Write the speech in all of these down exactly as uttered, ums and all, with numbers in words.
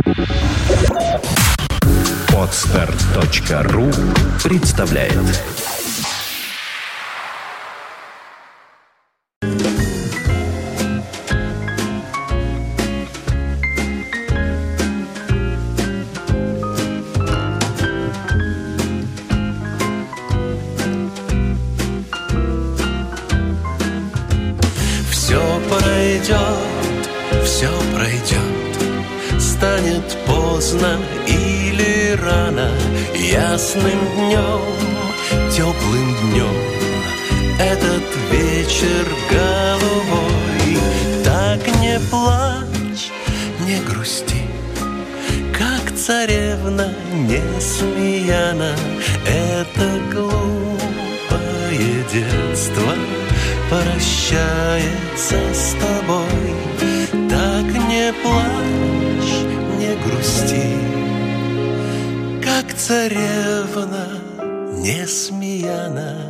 Подстер точка ру представляет. Все пройдет, все пройдет, станет поздно или рано, ясным днем, теплым днем, этот вечер голубой. Так не плачь, не грусти, как царевна Несмеяна. Это глупое детство прощается с тобой. Так не плачь, не грусти, как царевна Несмеяна.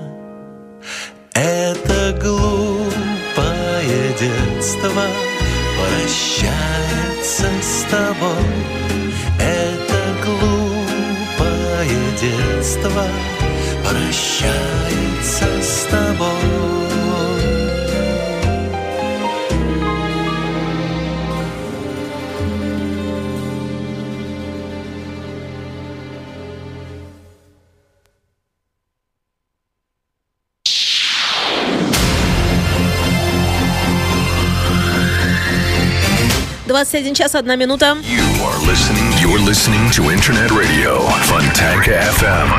Это глупое детство прощается с тобой. Это глупое детство прощается с тобой. двадцать один час, одна минута. You are listening, you're listening to Internet Radio Фонтанка эф эм.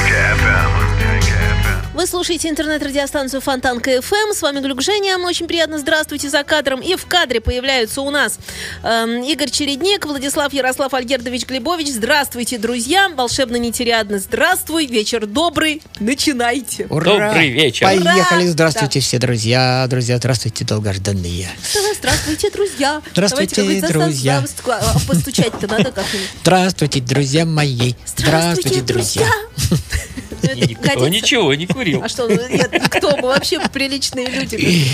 Вы слушаете интернет-радиостанцию Фонтанка эф эм. С вами Глюк Женя. Очень приятно. Здравствуйте за кадром. И в кадре появляются у нас э, Игорь Чередник, Владислав Ярослав Альгердович Глебович. Здравствуйте, друзья. Волшебно Нетериадно. Здравствуй. Вечер добрый. Начинайте. Ура! Добрый вечер. Поехали. Здравствуйте, Да. все друзья. Друзья, здравствуйте, долгожданные. Здравствуйте, друзья. Здравствуйте, Давайте друзья. а постучать-то надо как-нибудь. Здравствуйте, друзья мои. Здравствуйте, друзья. Никто ничего не курил. А что, нет, кто мы вообще приличные люди?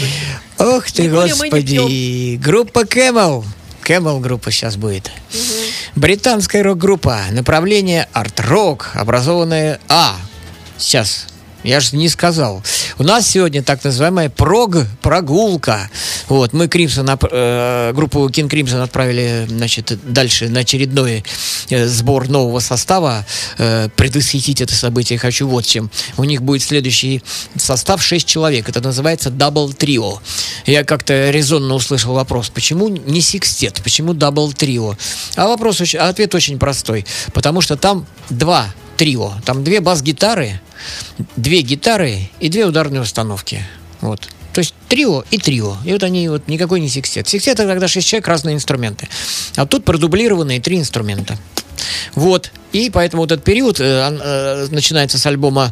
Ох ты, Не курим и не господи. Группа Camel. Camel группа сейчас будет. Британская рок-группа. Направление арт-рок, образованная... А, сейчас... Я же не сказал. У нас сегодня так называемая прог-прогулка. Вот, мы Кримсон, э, группу King Crimson отправили, значит, дальше на очередной э, сбор нового состава. Э, предвосхитить это событие хочу вот чем. У них будет следующий состав шесть человек. Это называется Double Trio. Я как-то резонно услышал вопрос, почему не секстет, почему Double Trio? А вопрос, очень, ответ очень простой. Потому что там два трио. Там две бас-гитары, две гитары и две ударные установки. Вот. То есть трио и трио. И вот они, вот никакой не секстет. Секстет — это когда шесть человек, разные инструменты. А тут продублированные три инструмента. Вот. И поэтому вот этот период э, э, начинается с альбома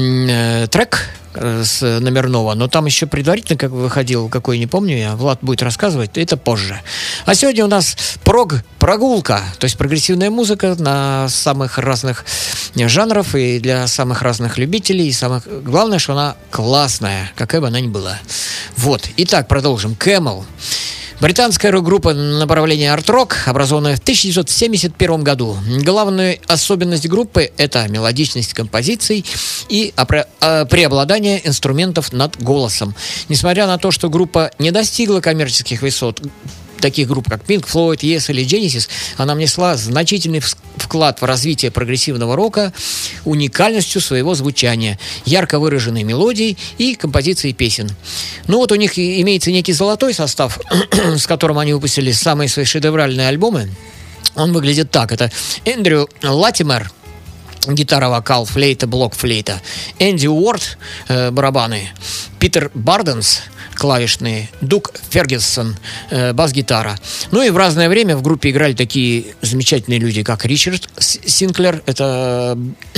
э, трек э, с номерного, но там еще предварительно как выходил, какой не помню я, Влад будет рассказывать, это позже. А сегодня у нас прог-прогулка, то есть прогрессивная музыка на самых разных жанров и для самых разных любителей. И самых... главное, что она классная, какая бы она ни была. Вот. Итак, продолжим. Camel. Британская рок-группа направления арт-рок, образованная в тысяча девятьсот семьдесят первом году. Главная особенность группы – это мелодичность композиций и преобладание инструментов над голосом. Несмотря на то, что группа не достигла коммерческих высот, таких групп, как Pink Floyd, Yes или Genesis, она внесла значительный вклад в развитие прогрессивного рока уникальностью своего звучания, ярко выраженной мелодией и композицией песен. Ну вот у них имеется некий золотой состав, с которым они выпустили самые свои шедевральные альбомы. Он выглядит так. Это Эндрю Латимер, гитара, вокал, флейта, блок флейта. Энди Уорд, э, барабаны. Питер Барденс, клавишные. Дук Фергюсон, э, бас-гитара. Ну и в разное время в группе играли такие замечательные люди, как Ричард Синклер, это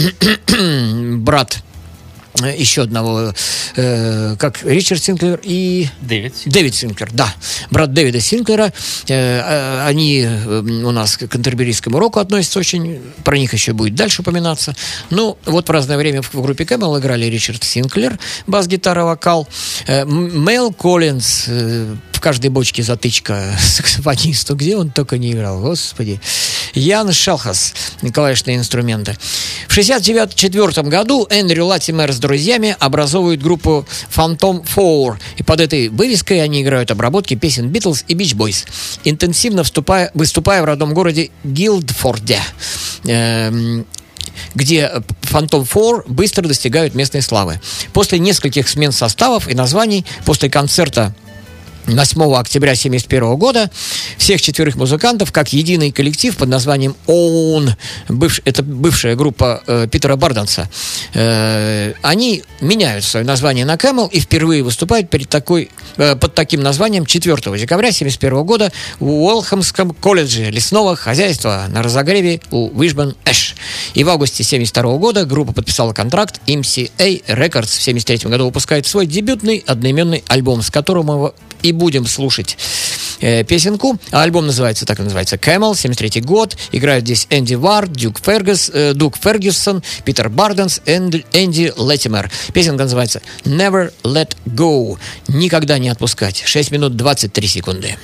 брат еще одного, э, как Ричард Синклер и... Дэвид. Дэвид Синклер, да. Брат Дэвида Синклера. Э, они у нас к кантерберийскому року относятся очень. Про них еще будет дальше упоминаться. Ну, вот в разное время в группе Camel играли Ричард Синклер, бас-гитара, вокал. Э, Мэл Коллинз, э, в каждой бочке затычка саксофонисту. Где он только не играл, господи. Ян Шелхас, клавишные инструменты. В шестьдесят четвёртом году Эндрю Латимер с друзьями образовывают группу Phantom Four, и под этой вывеской они играют обработки песен Beatles и Beach Boys, интенсивно вступая, выступая в родном городе Гилдфорде, эм, где Phantom Four быстро достигают местной славы. После нескольких смен составов и названий, после концерта восьмого октября тысяча девятьсот семьдесят первого года всех четверых музыкантов, как единый коллектив под названием Own, бывш, это бывшая группа э, Питера Барденса, э, они меняют свое название на Camel и впервые выступают перед такой, э, под таким названием четвёртого декабря тысяча девятьсот семьдесят первого года в Уолхэмском колледже лесного хозяйства на разогреве у Wishbone Ash. И в августе тысяча девятьсот семьдесят второго года группа подписала контракт эм си эй Records. В тысяча девятьсот семьдесят третьем году выпускает свой дебютный одноименный альбом, с которым мы и будем слушать э, песенку. Альбом называется, так и называется, Camel, семьдесят третий год. Играют здесь Энди Вард, Дюк, Фергюс, э, Дук Фергюсон, Питер Барденс, Энди, Энди Латимер. Песенка называется Never Let Go. Никогда не отпускать. шесть минут двадцать три секунды.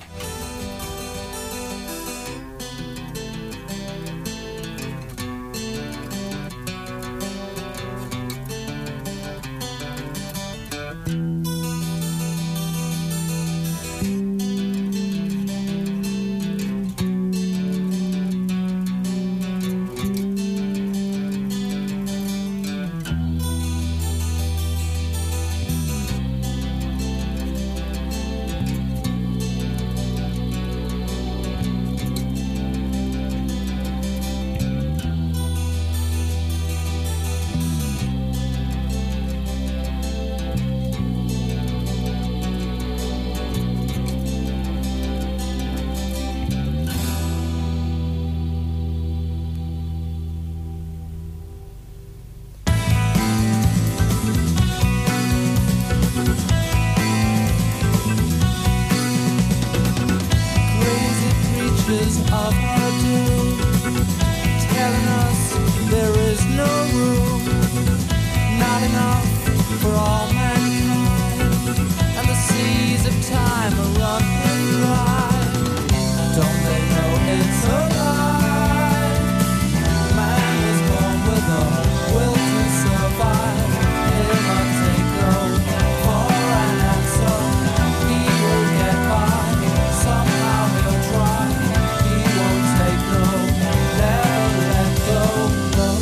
Of her doom, telling us there is no room, not enough for all mankind, and the seas of time are running dry. Don't they know it's a lie? Man is born with a will to survive. He'll not take no for an answer. He will get by, somehow he'll try. Take no, never let go, no.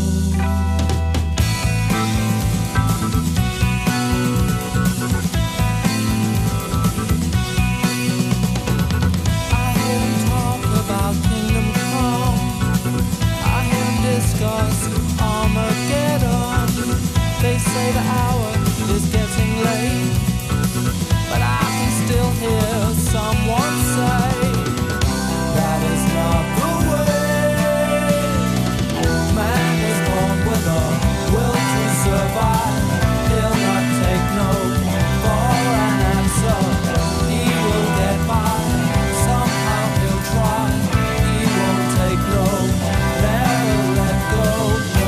I hear him talk about kingdom come. I hear him discuss Armageddon. They say the hour is getting late, but I can still hear someone say that is not the way. Man is born with a will to survive. He'll not take no for an answer. He will get by, somehow he'll try. He won't take no, never let go, no.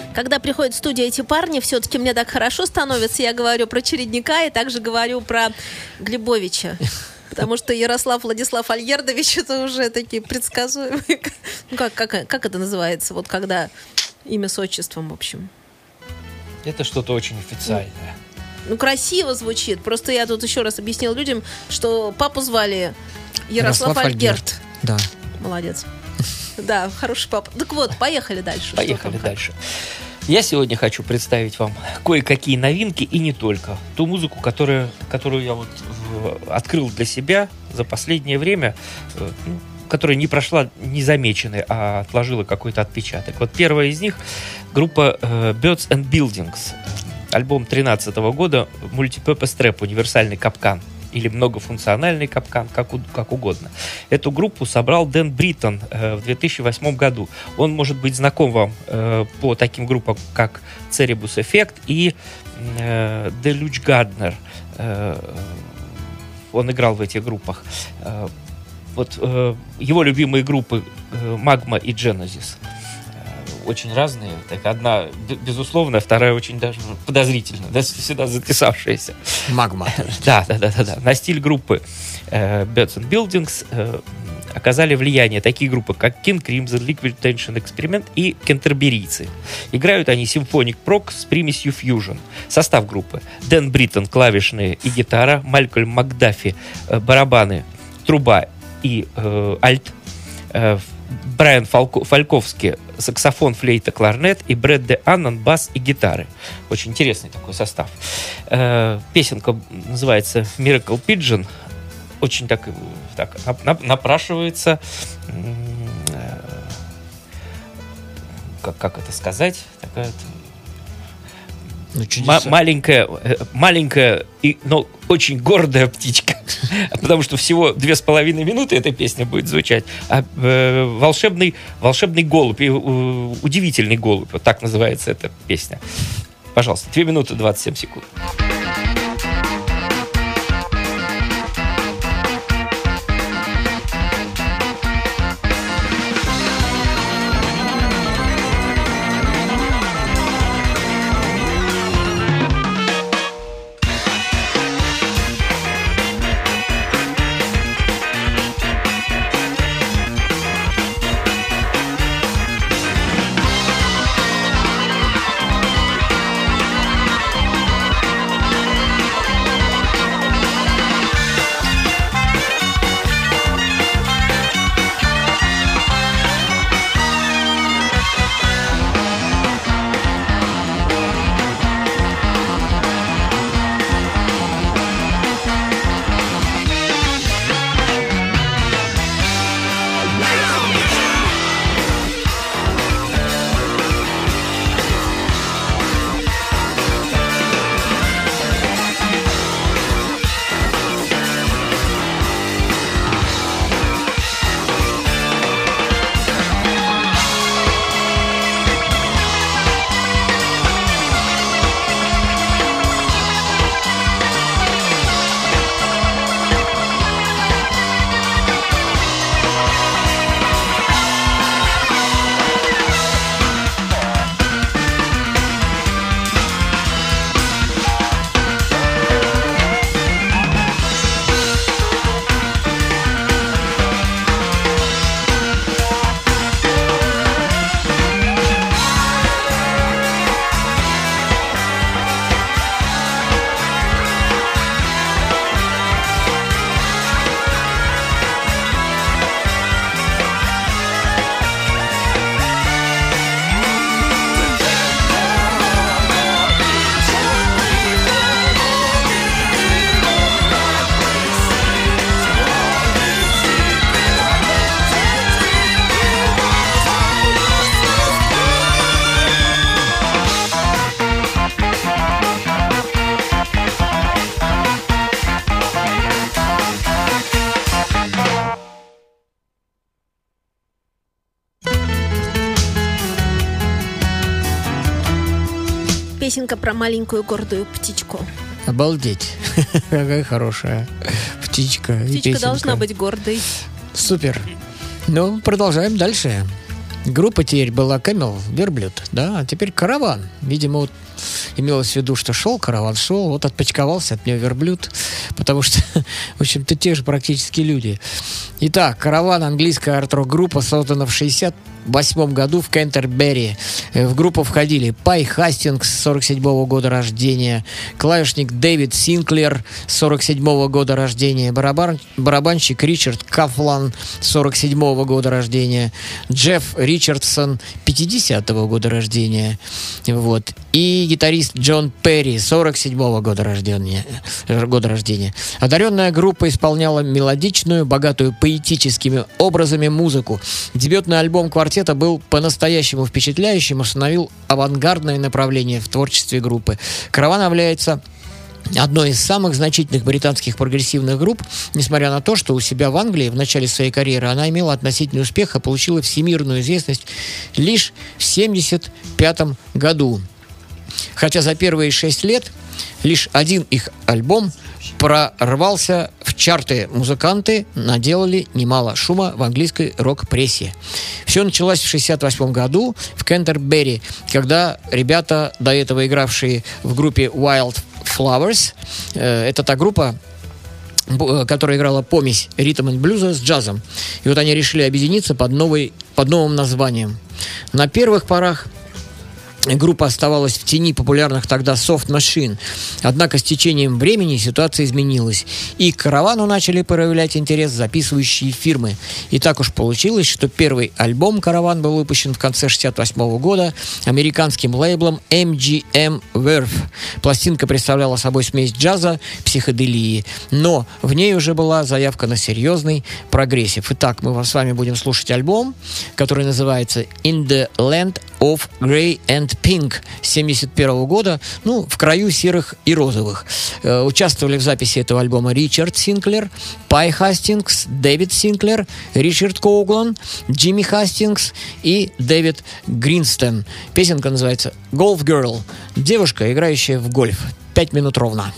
когда приходят в студию эти парни, все-таки мне так хорошо становится. Я говорю про Чередника и также говорю про Глебовича. Потому что Ярослав Владислав Альгердович это уже такие предсказуемые. Ну, как, как, как это называется? Вот когда имя с отчеством, в общем. Это что-то очень официальное. Ну, красиво звучит. Просто я тут еще раз объяснил людям, что папу звали Ярослав, Ярослав Альгерд. Да. Молодец. Да, хороший папа. Так вот, поехали дальше. Поехали дальше. Я сегодня хочу представить вам кое-какие новинки и не только. Ту музыку, которую, которую я вот открыл для себя за последнее время, ну, которая не прошла незамеченной, а отложила какой-то отпечаток. Вот первая из них — группа э, Birds and Buildings. Альбом тринадцатого года, Multipurpose Trap, универсальный капкан. Или многофункциональный капкан, как, у, как угодно. Эту группу собрал Дэн Бриттон э, в две тысячи восьмом году. Он может быть знаком вам э, по таким группам, как Cerebus Effect и э, Deluge Gardner. Э, он играл в этих группах. Э, вот э, его любимые группы э, Magma и Genesis. Очень разные. Так одна безусловно, вторая очень даже подозрительно, да, сюда затесавшаяся. Магма. Да, да, да, да, да. На стиль группы э, Birds and Buildings э, оказали влияние такие группы, как King Crimson, Liquid Tension Experiment и кентерберийцы. Играют они симфоник прог с примесью фьюжн. Состав группы: Дэн Бриттон, клавишные и гитара, Малькольм Макдафи, э, барабаны, труба и э, альт, э, Брайан Фалко, Фальковский, саксофон, флейта, кларнет, и Брэд Де Аннан, бас и гитары. Очень интересный такой состав. Э, песенка называется Miracle Pigeon. Очень так, так напрашивается, э, как, как это сказать, такая ну, м- маленькая, маленькая, и, но очень гордая птичка. Потому что всего две с половиной минуты эта песня будет звучать. А э, волшебный, волшебный голубь, и, э, удивительный голубь, вот так называется эта песня. Пожалуйста, две минуты двадцать семь секунд. Песенка про маленькую гордую птичку. Обалдеть. Какая хорошая птичка. Птичка должна быть гордой. Супер. Ну, продолжаем дальше. Группа теперь была Camel, верблюд, да, а теперь караван. Видимо, вот имелось в виду, что шел караван, шел, вот отпочковался от него верблюд, потому что, в общем-то, те же практически люди. Итак, караван, английская арт-рок-группа, создана в шестьдесят восьмом году в Кентербери. В группу входили Пай Хастингс, сорок седьмого года рождения, клавишник Дэвид Синклер, сорок седьмого года рождения, барабан, барабанщик Ричард Кафлан, сорок седьмого года рождения, Джефф Ричардсон, пятидесятого года рождения, вот, и гитарист Джон Перри, сорок седьмого года рождения, года рождения. Одаренная группа исполняла мелодичную, богатую поэтическими образами музыку. Дебютный альбом квартета был по-настоящему впечатляющим, установил авангардное направление в творчестве группы. «Караван» является одной из самых значительных британских прогрессивных групп, несмотря на то, что у себя в Англии в начале своей карьеры она имела относительный успех и получила всемирную известность лишь в семьдесят пятом году. Хотя за первые шесть лет лишь один их альбом прорвался в чарты. Музыканты наделали немало шума в английской рок-прессе. Все началось в шестьдесят восьмом году в Кентербери, когда ребята, до этого игравшие в группе Wild Flowers, э, это та группа, которая играла помесь ритм и блюза с джазом. И вот они решили объединиться под, новый, под новым названием. На первых порах группа оставалась в тени популярных тогда Soft Machine. Однако с течением времени ситуация изменилась, и к «Каравану» начали проявлять интерес записывающие фирмы. И так уж получилось, что первый альбом «Караван» был выпущен в конце шестьдесят восьмого года американским лейблом эм джи эм Verve. Пластинка представляла собой смесь джаза, психоделии, но в ней уже была заявка на серьезный прогрессив. Итак, мы с вами будем слушать альбом, который называется «In the Land of Grey and Pink» семьдесят первого года, ну, в краю серых и розовых. Э, участвовали в записи этого альбома Ричард Синклер, Пай Хастингс, Дэвид Синклер, Ричард Коуглан, Джимми Хастингс и Дэвид Гринстен. Песенка называется «Golf Girl», девушка, играющая в гольф. Пять минут ровно.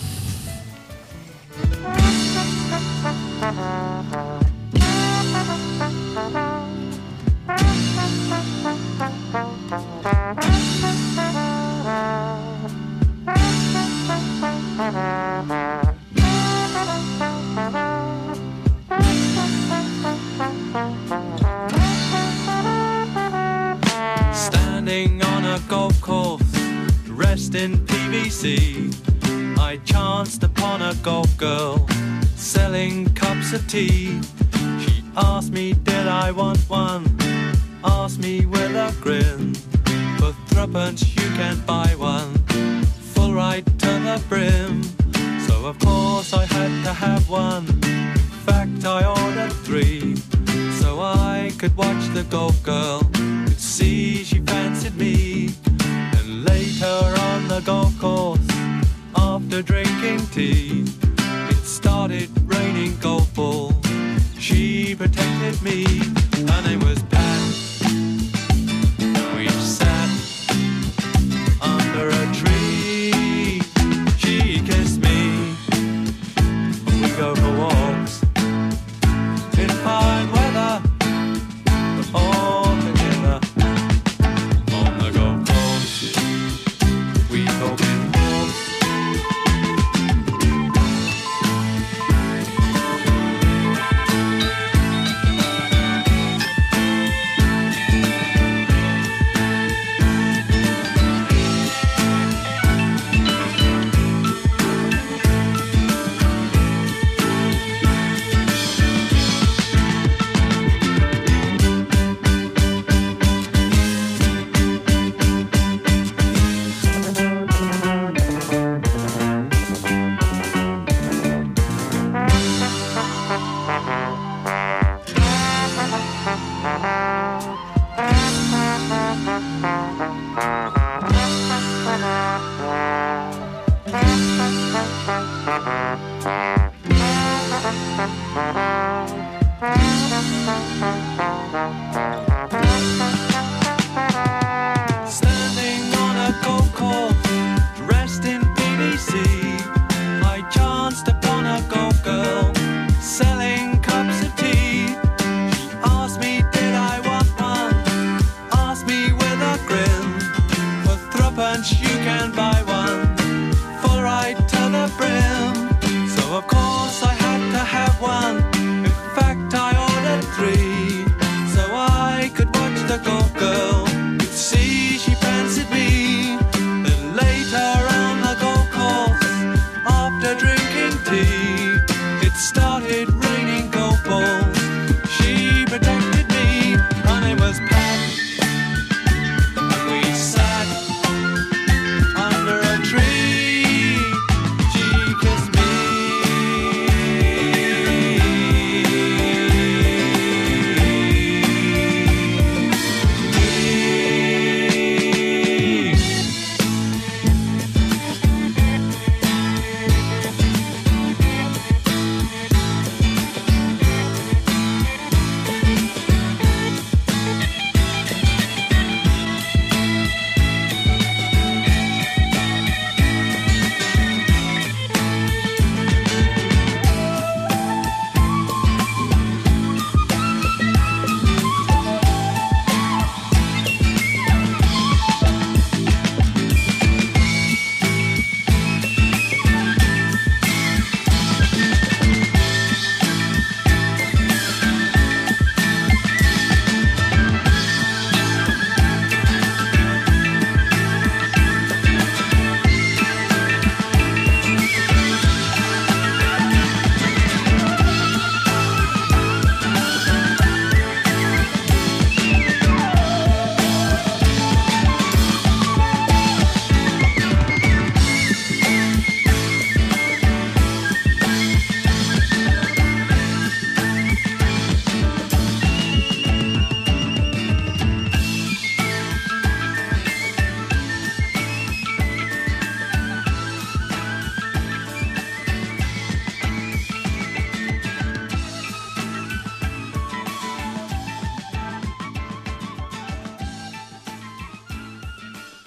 Standing on a golf course, dressed in P V C, I chanced upon a golf girl selling cups of tea. She asked me did I want one, asked me with a grin, for threepence you can buy one, full right to the brim. So of course I had to have one, in fact I ordered three, so I could watch the golf girl, could see she fancied me. And later on the golf course, after drinking tea, it started raining golf balls. She protected me. Her name was Pat. We sat under a tree. She kissed me. We go for walks in fine weather, all together on the golf course. We talk in walks. Standing on a golf course, dressed in P V C, I chanced upon a golf girl selling cups of tea. She asked me did I want one,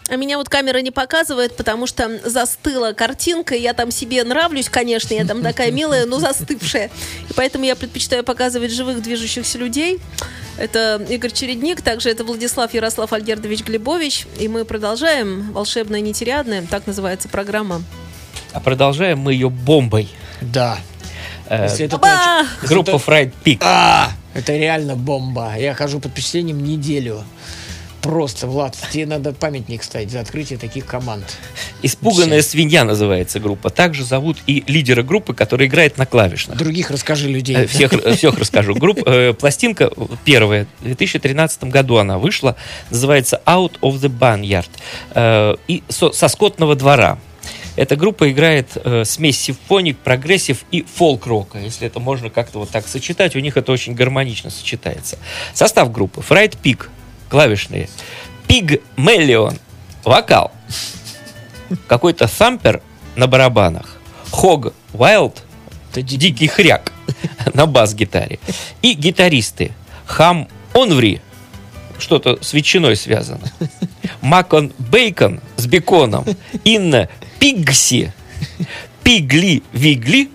А меня вот камера не показывает, потому что застыла картинка. Я там себе нравлюсь, конечно, я там такая милая, но застывшая. И поэтому я предпочитаю показывать живых движущихся людей. Это Игорь Чередник, также это Владислав Ярослав Альгердович Глебович. И мы продолжаем «Волшебная нетериадная», так называется программа. А продолжаем мы ее бомбой. Да. Э, Если это Оба! точно- Группа это- Fried Pig. А, это реально бомба. Я хожу под впечатлением неделю. Просто, Влад, тебе надо памятник ставить за открытие таких команд. «Испуганная Вообще. свинья» называется группа. Также зовут и лидера группы, который играет на клавишных. Других расскажи людей. Э, Всех, всех расскажу. Группа, э, пластинка первая, в две тысячи тринадцатом году она вышла, называется «Out of the Barnyard», э, и со, со скотного двора. Эта группа играет э, смесь симфоник, прогрессив и фолк-рока, если это можно как-то вот так сочетать. У них это очень гармонично сочетается. Состав группы: Fried Pig, клавишные, Pygmalion, вокал, какой-то сампер на барабанах, Hog Wild, дикий хряк на бас-гитаре, и гитаристы Хам Онври, что-то с ветчиной связано, Макон Бейкон с беконом, Инна Пигси, Пигли Вигли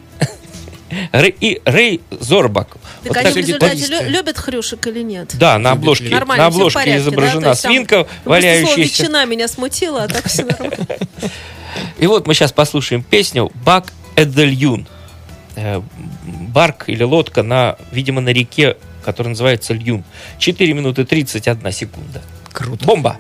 и Рэй Зорбак. Так Вот они в так результате гитаристы. лю- любят хрюшек или нет? Да, на обложке, Нормально, на всё в обложке порядке, да? То изображена есть там свинка, просто слово валяющаяся. ветчина меня смутило, а так все нормально. И вот мы сейчас послушаем песню «Бак Эдельюн». Э, Барк или лодка, на, видимо, на реке, которая называется Льюн. четыре минуты тридцать одна секунда. Круто. Бомба!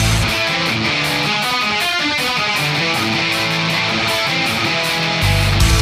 Bye.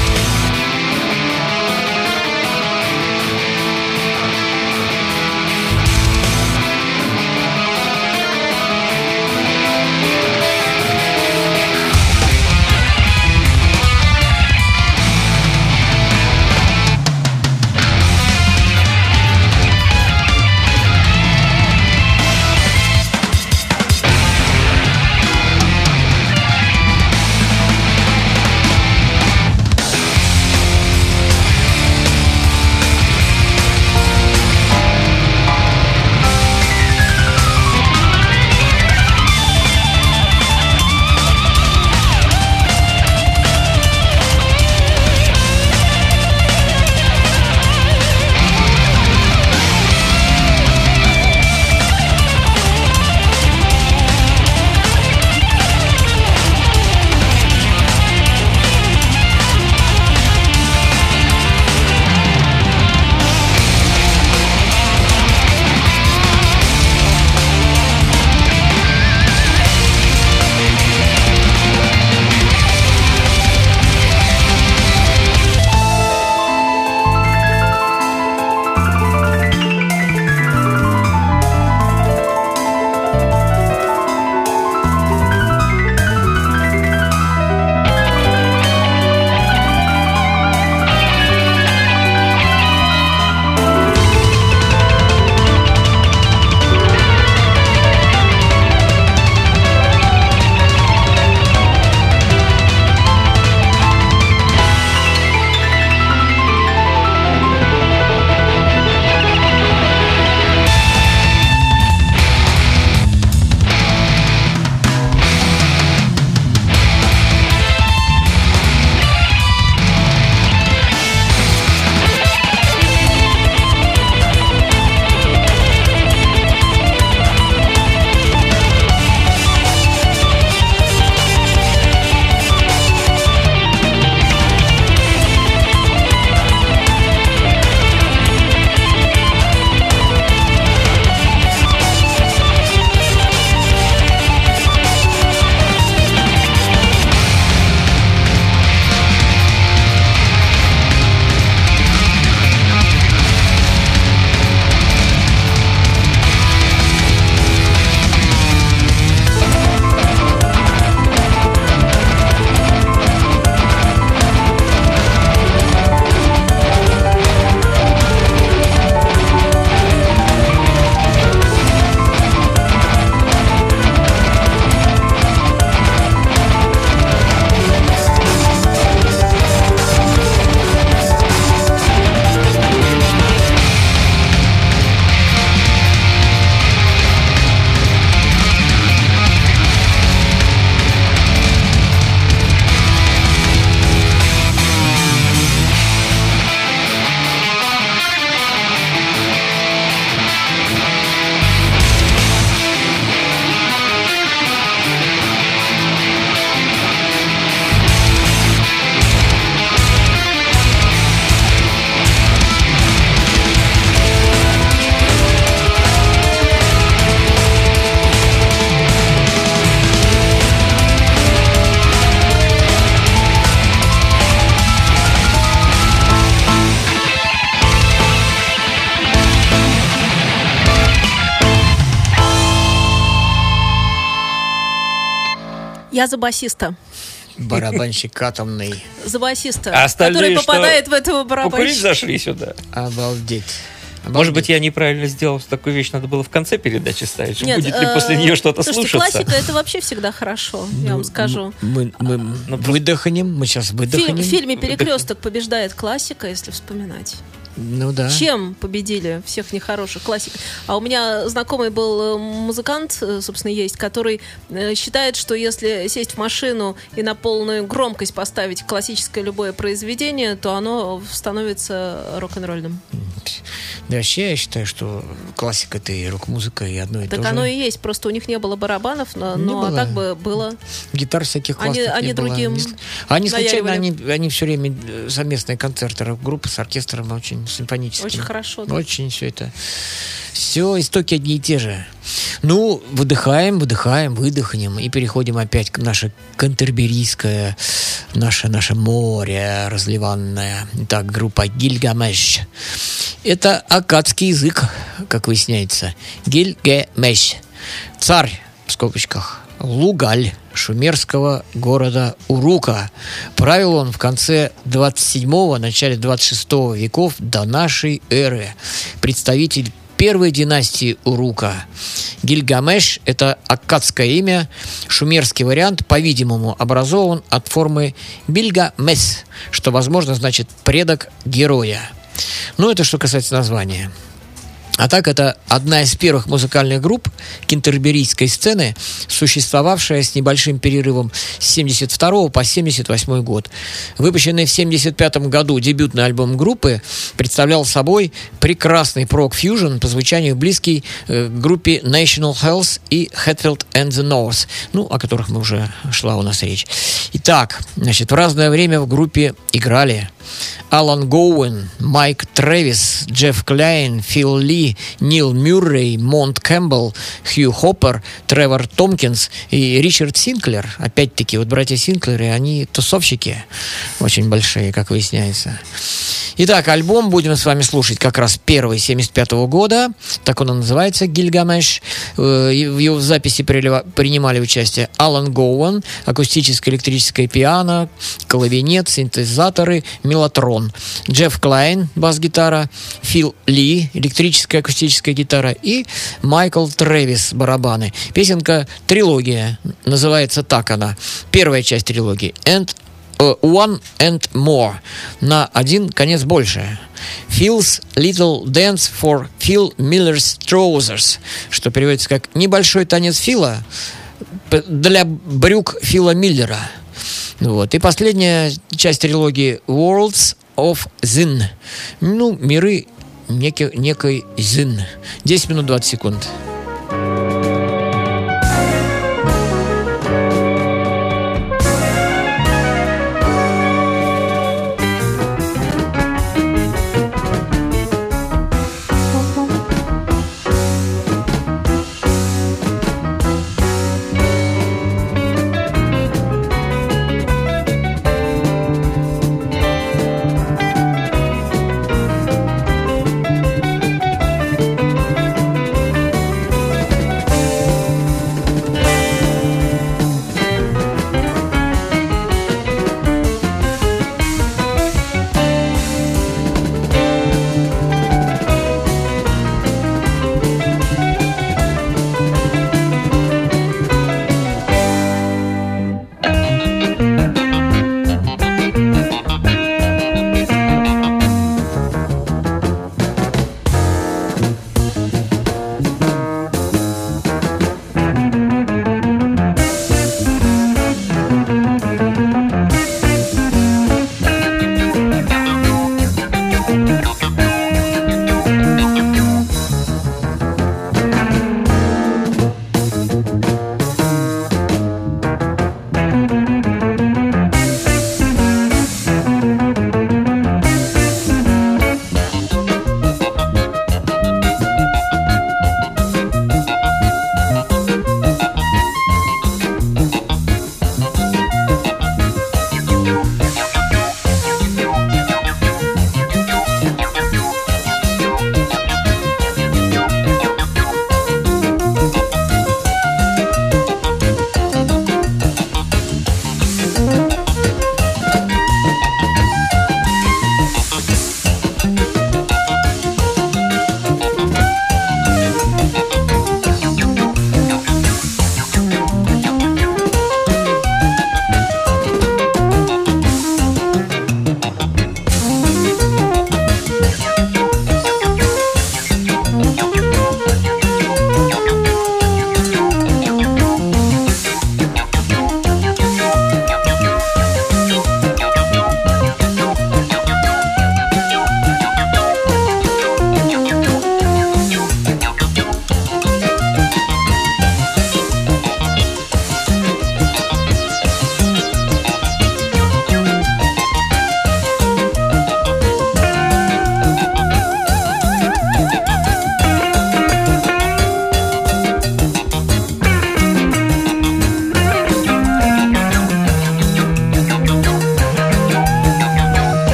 Я за басиста. Барабанщик атомный. За басиста, А остальные который что, попадает в этого Покурить барабанщика. зашли сюда. Обалдеть. Может быть, я неправильно сделал, что такую вещь надо было в конце передачи ставить? Что Нет, будет ли э, после нее что-то слушайте, слушаться? классика это вообще всегда хорошо, я вам скажу. Мы, мы ну, выдохнем, мы сейчас Фильм- выдохнем. в фильме «Перекресток» побеждает классика, если вспоминать. Ну да. Чем победили всех нехороших классиков? А у меня знакомый был э, музыкант, э, собственно, есть, который э, считает, что если сесть в машину и на полную громкость поставить классическое любое произведение, то оно становится рок-н-ролльным. Да, вообще я считаю, что классика это и рок-музыка, и одно и Так то же. оно и есть, просто у них не было барабанов, но, Не но а было. так бы было. Гитар всяких Они- классных они не было. другим Не с- Они случайно, они, наяривали. они все время э, совместные концерты рок-группы с оркестром, очень симфоническими. Очень хорошо, да. Очень все это. Все истоки одни и те же. Ну, выдыхаем, выдыхаем, выдохнем и переходим опять к наше кантерберийское, наше, наше море разливанное. Итак, группа Гильгамеш. Это аккадский язык, как выясняется. Гильгамеш. Царь, в скобочках, Лугаль шумерского города Урука. Правил он в конце двадцать седьмого, начале двадцать шестого веков до нашей эры. Представитель первой династии Урука. Гильгамеш – это аккадское имя. Шумерский вариант, по-видимому, образован от формы Бильгамес, что, возможно, значит «предок героя». Ну, это что касается названия. А так, это одна из первых музыкальных групп кентерберийской сцены, существовавшая с небольшим перерывом с семьдесят второго по семьдесят восьмой год. Выпущенный в семьдесят пятом году дебютный альбом группы представлял собой прекрасный прог-фьюжн, по звучанию близкий э, группе National Health и Hatfield and the North, ну, о которых мы уже шла у нас речь. Итак, значит, в разное время в группе играли Алан Гоуэн, Майк Трэвис, Джефф Кляйн, Фил Ли, Нил Мюррей, Монт Кэмпбелл, Хью Хоппер, Тревор Томпкинс и Ричард Синклер. Опять-таки, вот братья Синклеры, они тусовщики очень большие, как выясняется. Итак, альбом будем с вами слушать как раз первый, семьдесят пятого года. Так он и называется, Гильгамеш. В его записи принимали участие Алан Гоуэн, акустическое электрическое пиано, клавинет, синтезаторы, мелатрон. Джефф Клайн, бас-гитара, Фил Ли, электрическая акустическая гитара и Майкл Трэвис, барабаны. Песенка «Трилогия». Называется так она. Первая часть трилогии. And One and More. На один конец больше. Phil's Little Dance for Phil Miller's Trousers, что переводится как «небольшой танец Фила для брюк Фила Миллера». Вот. И последняя часть трилогии Worlds of Zin. Ну, миры некий, некой Zin. десять минут двадцать секунд.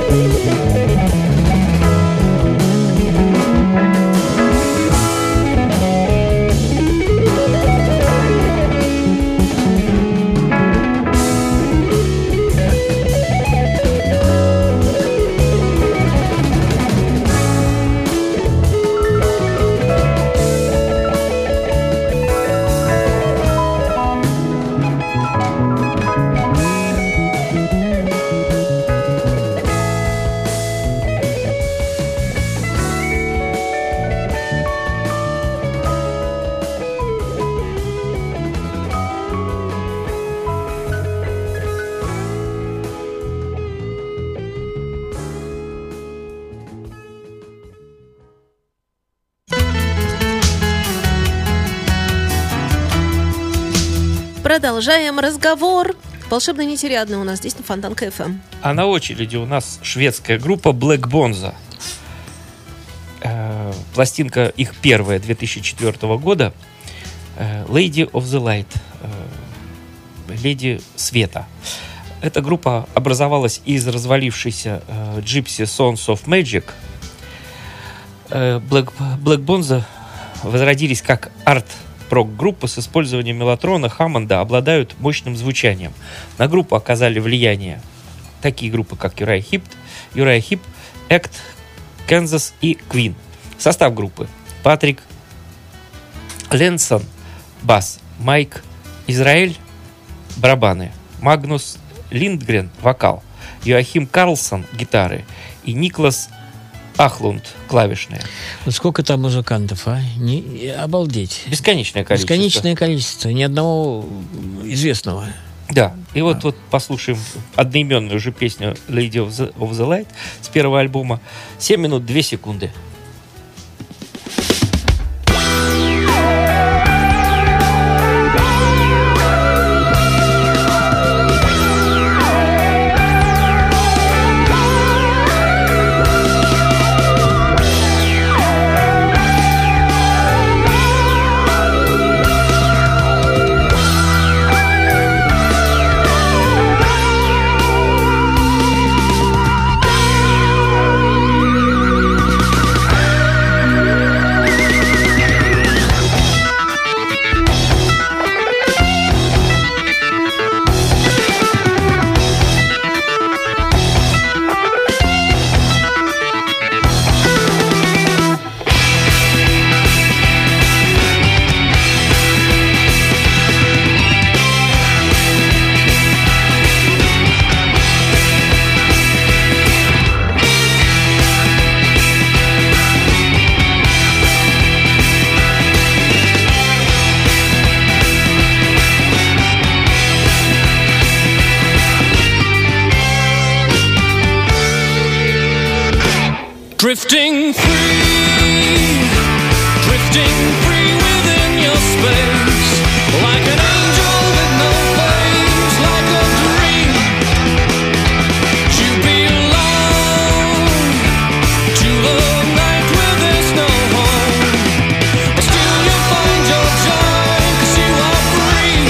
Продолжаем разговор. Волшебные нити рядные у нас здесь на Фонтанка эф эм. А на очереди у нас шведская группа Black Bonza. Э, пластинка их первая, две тысячи четвёртого года. Э, Lady of the Light. Э, Леди Света. Эта группа образовалась из развалившейся э, Gypsy Sons of Magic. Э, Black, Black Bonza возродились как арт прок-группа с использованием мелатрона, Хаммонда, обладают мощным звучанием. На группу оказали влияние такие группы, как Uriah Heep, Uriah Heep, Act, Kansas и Queen. Состав группы: Патрик Ленсон, бас, Майк Израиль, барабаны, Магнус Линдгрен, вокал, Йоахим Карлсон, гитары и Никлас Ахлунд, клавишные. Вот сколько там музыкантов, а? Не, обалдеть. Бесконечное количество. Бесконечное количество. Ни одного известного. Да. И вот, вот послушаем одноименную уже песню Lady of the, of the Light с первого альбома. семь минут две секунды. Drifting free, drifting free within your space, like an angel with no wings, like a dream. You belong to the night where there's no home, but still you find your joy, 'cause you are free.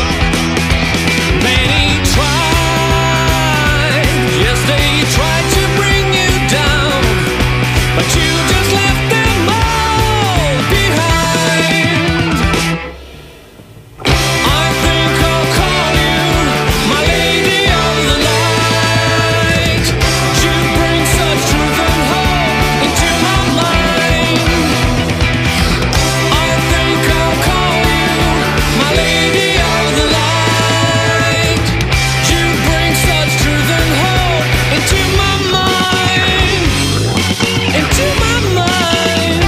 Many tried, yes they tried to bring you down, but you just left them all behind. I think I'll call you my lady of the light. You bring such truth and hope into my mind. I think I'll call you my lady of the light. You bring such truth and hope into my mind. Into my mind.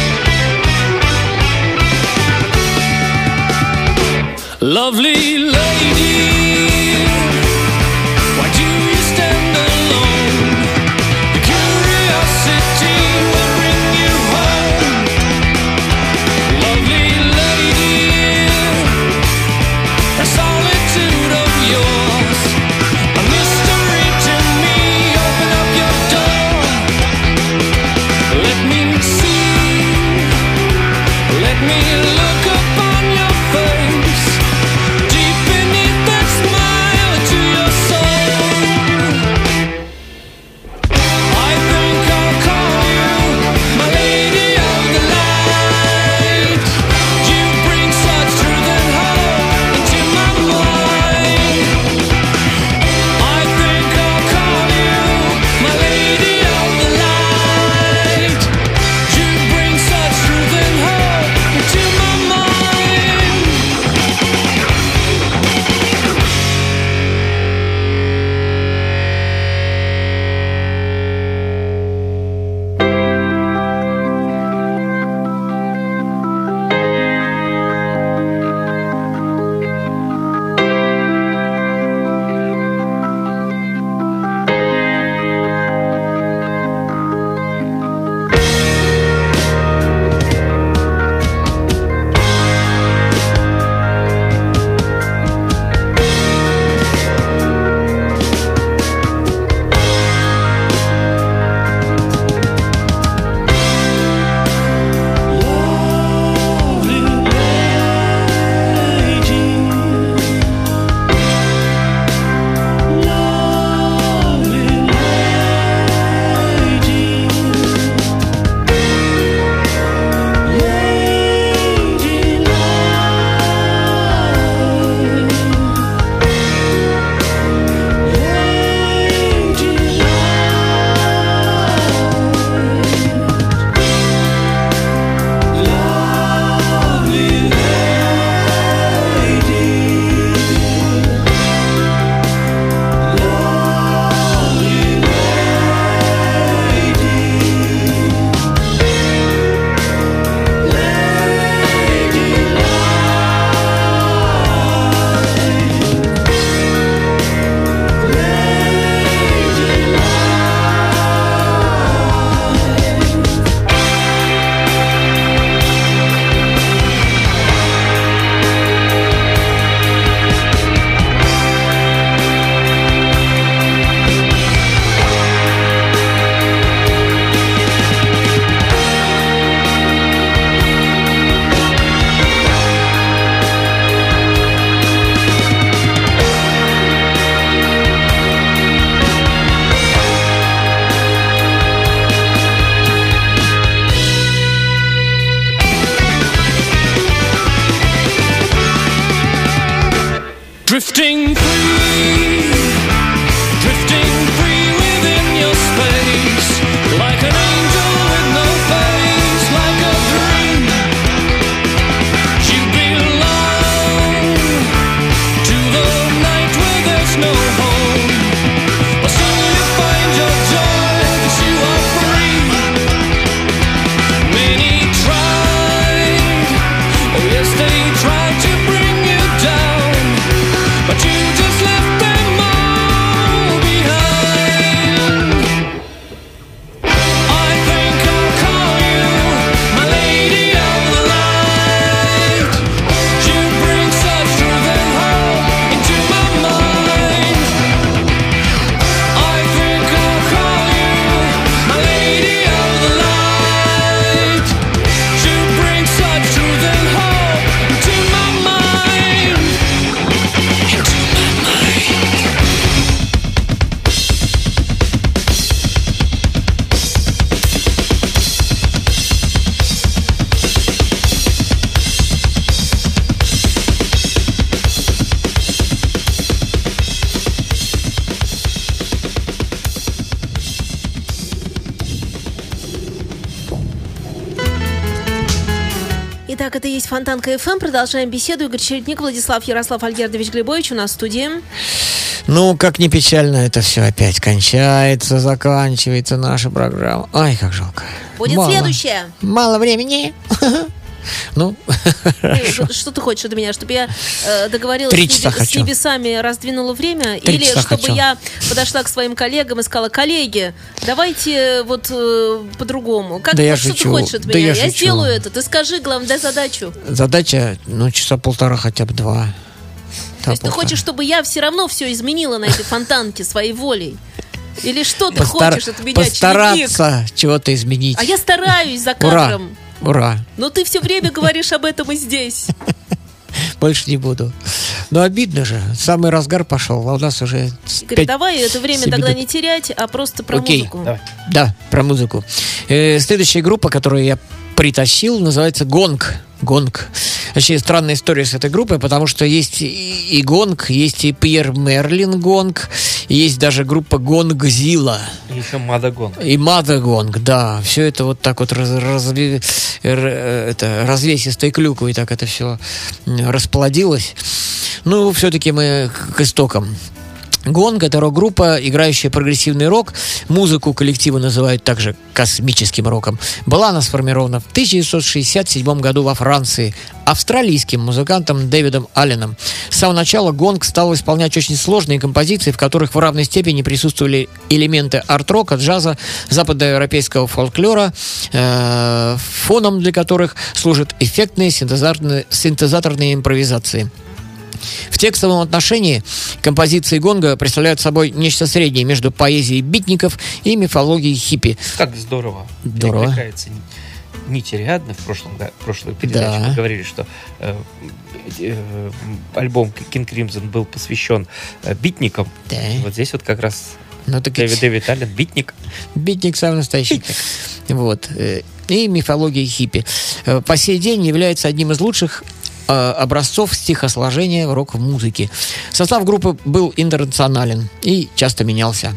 Lovely lady, why do you stand alone? The curiosity will bring you home. Lovely lady, the solitude of yours, a mystery to me. Open up your door. Let me see, let me look upon your face. Итак, это есть Фонтанка эф эм. Продолжаем беседу. Игорь Чередник, Владислав Ярослав Альгердович Глебович у нас в студии. Ну, как ни печально, это все опять кончается, заканчивается наша программа. Ай, как жалко. Будет Мало. следующее. Мало времени. Ну, Что, что ты хочешь от меня? Чтобы я э, договорилась Три с, часа неби- с хочу. небесами, раздвинула время? Три Или часа чтобы хочу. я подошла к своим коллегам и сказала: коллеги, давайте вот э, по-другому. Как, Да я вот что шучу. ты хочешь от Да меня? я я шучу. сделаю это. Ты скажи, главное, дай задачу. задача, ну, часа полтора, хотя бы два. То есть ты хочешь, чтобы я все равно все изменила на этой фонтанке своей волей? Или что ты хочешь от меня, чередник? Постараться чего-то изменить. А я стараюсь за Ура! кадром. Ура! Но ты все время говоришь об этом и здесь. Больше не буду. Но обидно же. Самый разгар пошел, а у нас уже... Игорь, пять- давай это время себе тогда до- не терять, а просто про Окей. музыку. Давай. Да, про музыку. Э, следующая группа, которую я притащил, называется «Гонг». «Гонг». Вообще странная история с этой группой, потому что есть и, и «Гонг», есть и Пьер Мерлин «Гонг», и есть даже группа «Гонгзила». И еще Мадагон. И Мада Гонг, да. Все это вот так вот раз, разве- р- это, развесистой клюквой так это все расплодилось. Ну, все-таки мы к к истокам. Гонг — это рок-группа, играющая прогрессивный рок. Музыку коллектива называют также космическим роком. Была она сформирована в тысяча девятьсот шестьдесят седьмом году во Франции австралийским музыкантом Дэвидом Алленом. С самого начала Гонг стал исполнять очень сложные композиции, в которых в равной степени присутствовали элементы арт-рока, джаза, западноевропейского фольклора, э, фоном для которых служат эффектные синтезаторные, синтезаторные импровизации. В текстовом отношении композиции Гонга представляют собой нечто среднее между поэзией битников и мифологией хиппи. Как здорово. Здорово. Перекликается нить Ариадны в прошлом, да, в прошлой передаче. Да. Мы говорили, что э, э, альбом King Crimson был посвящен э, битникам. Да. Вот здесь вот как раз Ну, так Дэвид, Дэвид Аллен, битник. битник самый настоящий. Вот. э, И мифология хиппи. Э, По сей день является одним из лучших э, образцов стихосложения в рок-музыке. Состав группы был интернационален и часто менялся.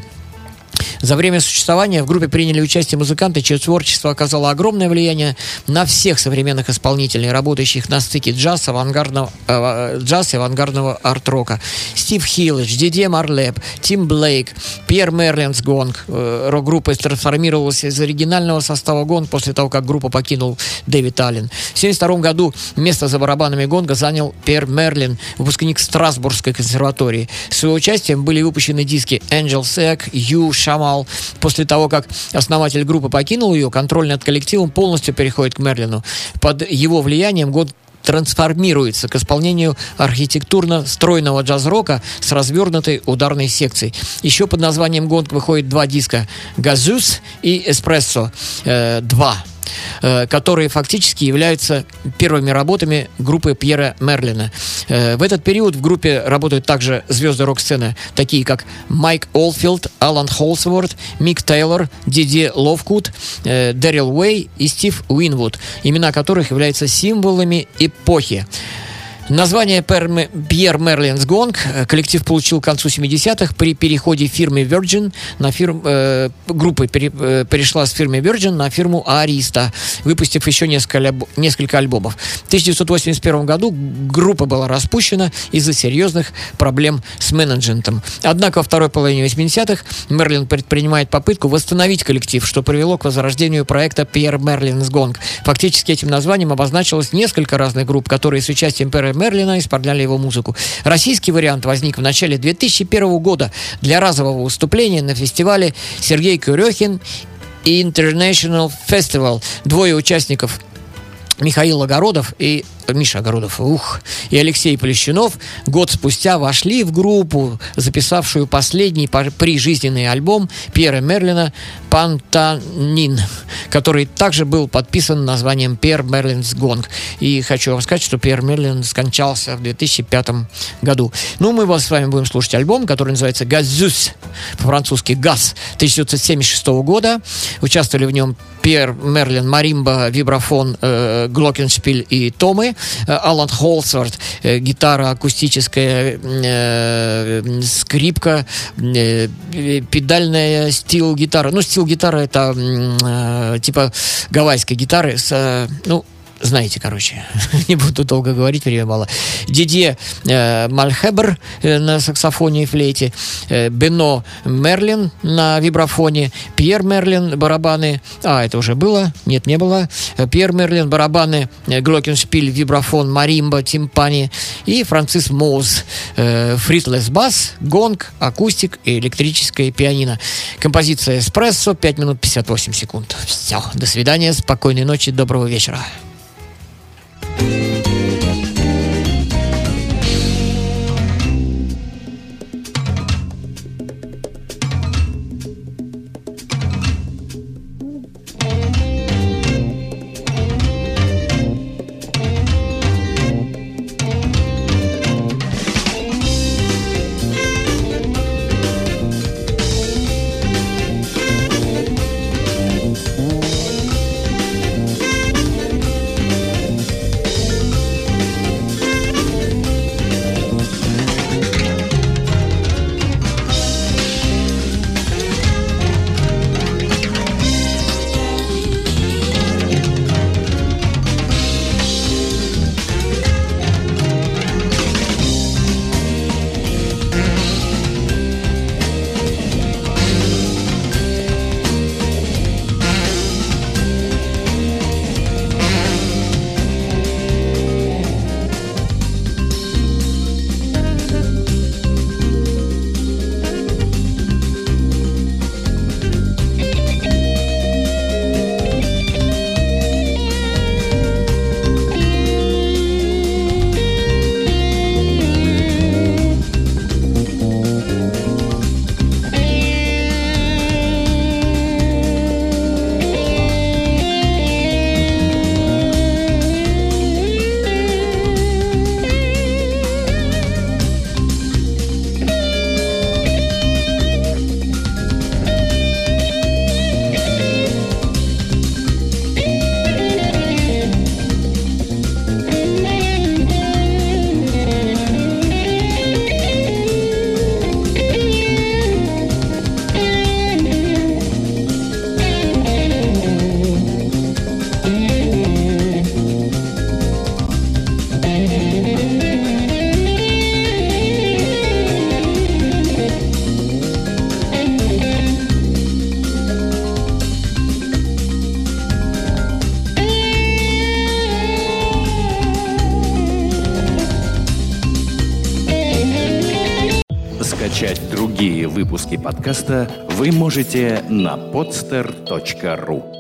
За время существования в группе приняли участие музыканты, чье творчество оказало огромное влияние на всех современных исполнителей, работающих на стыке джаз, авангардного, э, джаз и авангардного арт-рока. Стив Хиллидж, Дидье Марлеп, Тим Блейк, Пьер Мерлинс Гонг. Э, рок-группа трансформировалась из оригинального состава Гонг после того, как группу покинул Дэвид Аллен. В тысяча девятьсот семьдесят втором году место за барабанами Гонга занял Пьер Мерлин, выпускник Страсбургской консерватории. С его участием были выпущены диски Angel Sec, You, Shamal. После того, как основатель группы покинул ее, контроль над коллективом полностью переходит к Мерлину. Под его влиянием Гонг трансформируется к исполнению архитектурно-стройного джаз-рока с развернутой ударной секцией. Еще под названием Гонг выходит два диска «Газус» и «Эспрессо два», которые фактически являются первыми работами группы Пьера Мерлина. В этот период в группе работают также звезды рок-сцены, такие как Майк Олдфилд, Алан Холсворт, Мик Тейлор, Дидье Ловкут, Дэрил Уэй и Стив Уинвуд, имена которых являются символами эпохи. Название Пьер Мерлинс Гонг коллектив получил к концу семидесятых при переходе фирмы Virgin на фирму э, группы пере, э, перешла с фирмы Virgin на фирму Arista, выпустив еще несколько, альб, несколько альбомов. В тысяча девятьсот восемьдесят первом году группа была распущена из-за серьезных проблем с менеджментом. Однако во второй половине восьмидесятых Мерлин предпринимает попытку восстановить коллектив, что привело к возрождению проекта Пьер Мерлинс Гонг. Фактически этим названием обозначилось несколько разных групп, которые с участием Пьера Мерлина исполняли его музыку. Российский вариант возник в начале две тысячи первого года для разового выступления на фестивале Сергей Курехин и International Festival. Двое участников, Михаил Огородов и Миша Огородов, ух, и Алексей Полищунов год спустя вошли в группу, записавшую последний прижизненный альбом Пьера Мерлина «Пантанин», который также был подписан названием «Пьер Мерлинс Гонг». И хочу вам сказать, что Пьер Мерлин скончался в две тысячи пятом году. Ну, мы вас с вами будем слушать альбом, который называется «Газус», по-французски «Газ», тысяча девятьсот семьдесят шестого года. Участвовали в нем Пьер Мерлин, маримба, вибрафон, э, глокеншпиль и томы. Алан Холсворт, э, гитара акустическая, э, скрипка, э, педальная стил-гитара. Ну, стил-гитара это э, типа гавайской гитары с, э, ну, знаете, короче. Не буду долго говорить, время мало. Дидье э, Мальхебер э, на саксофоне и флейте, э, Бено Мерлин на вибрафоне, Пьер Мерлин барабаны, а, это уже было, нет, не было, Пьер Мерлин барабаны, э, глокеншпиль, вибрафон, маримба, тимпани и Францис Моуз, э, фритлес бас, гонг, акустик и электрическое пианино. Композиция «Эспрессо», пять минут пятьдесят восемь секунд. Все, до свидания, спокойной ночи, доброго вечера. Скачать другие выпуски подкаста вы можете на podster точка ру.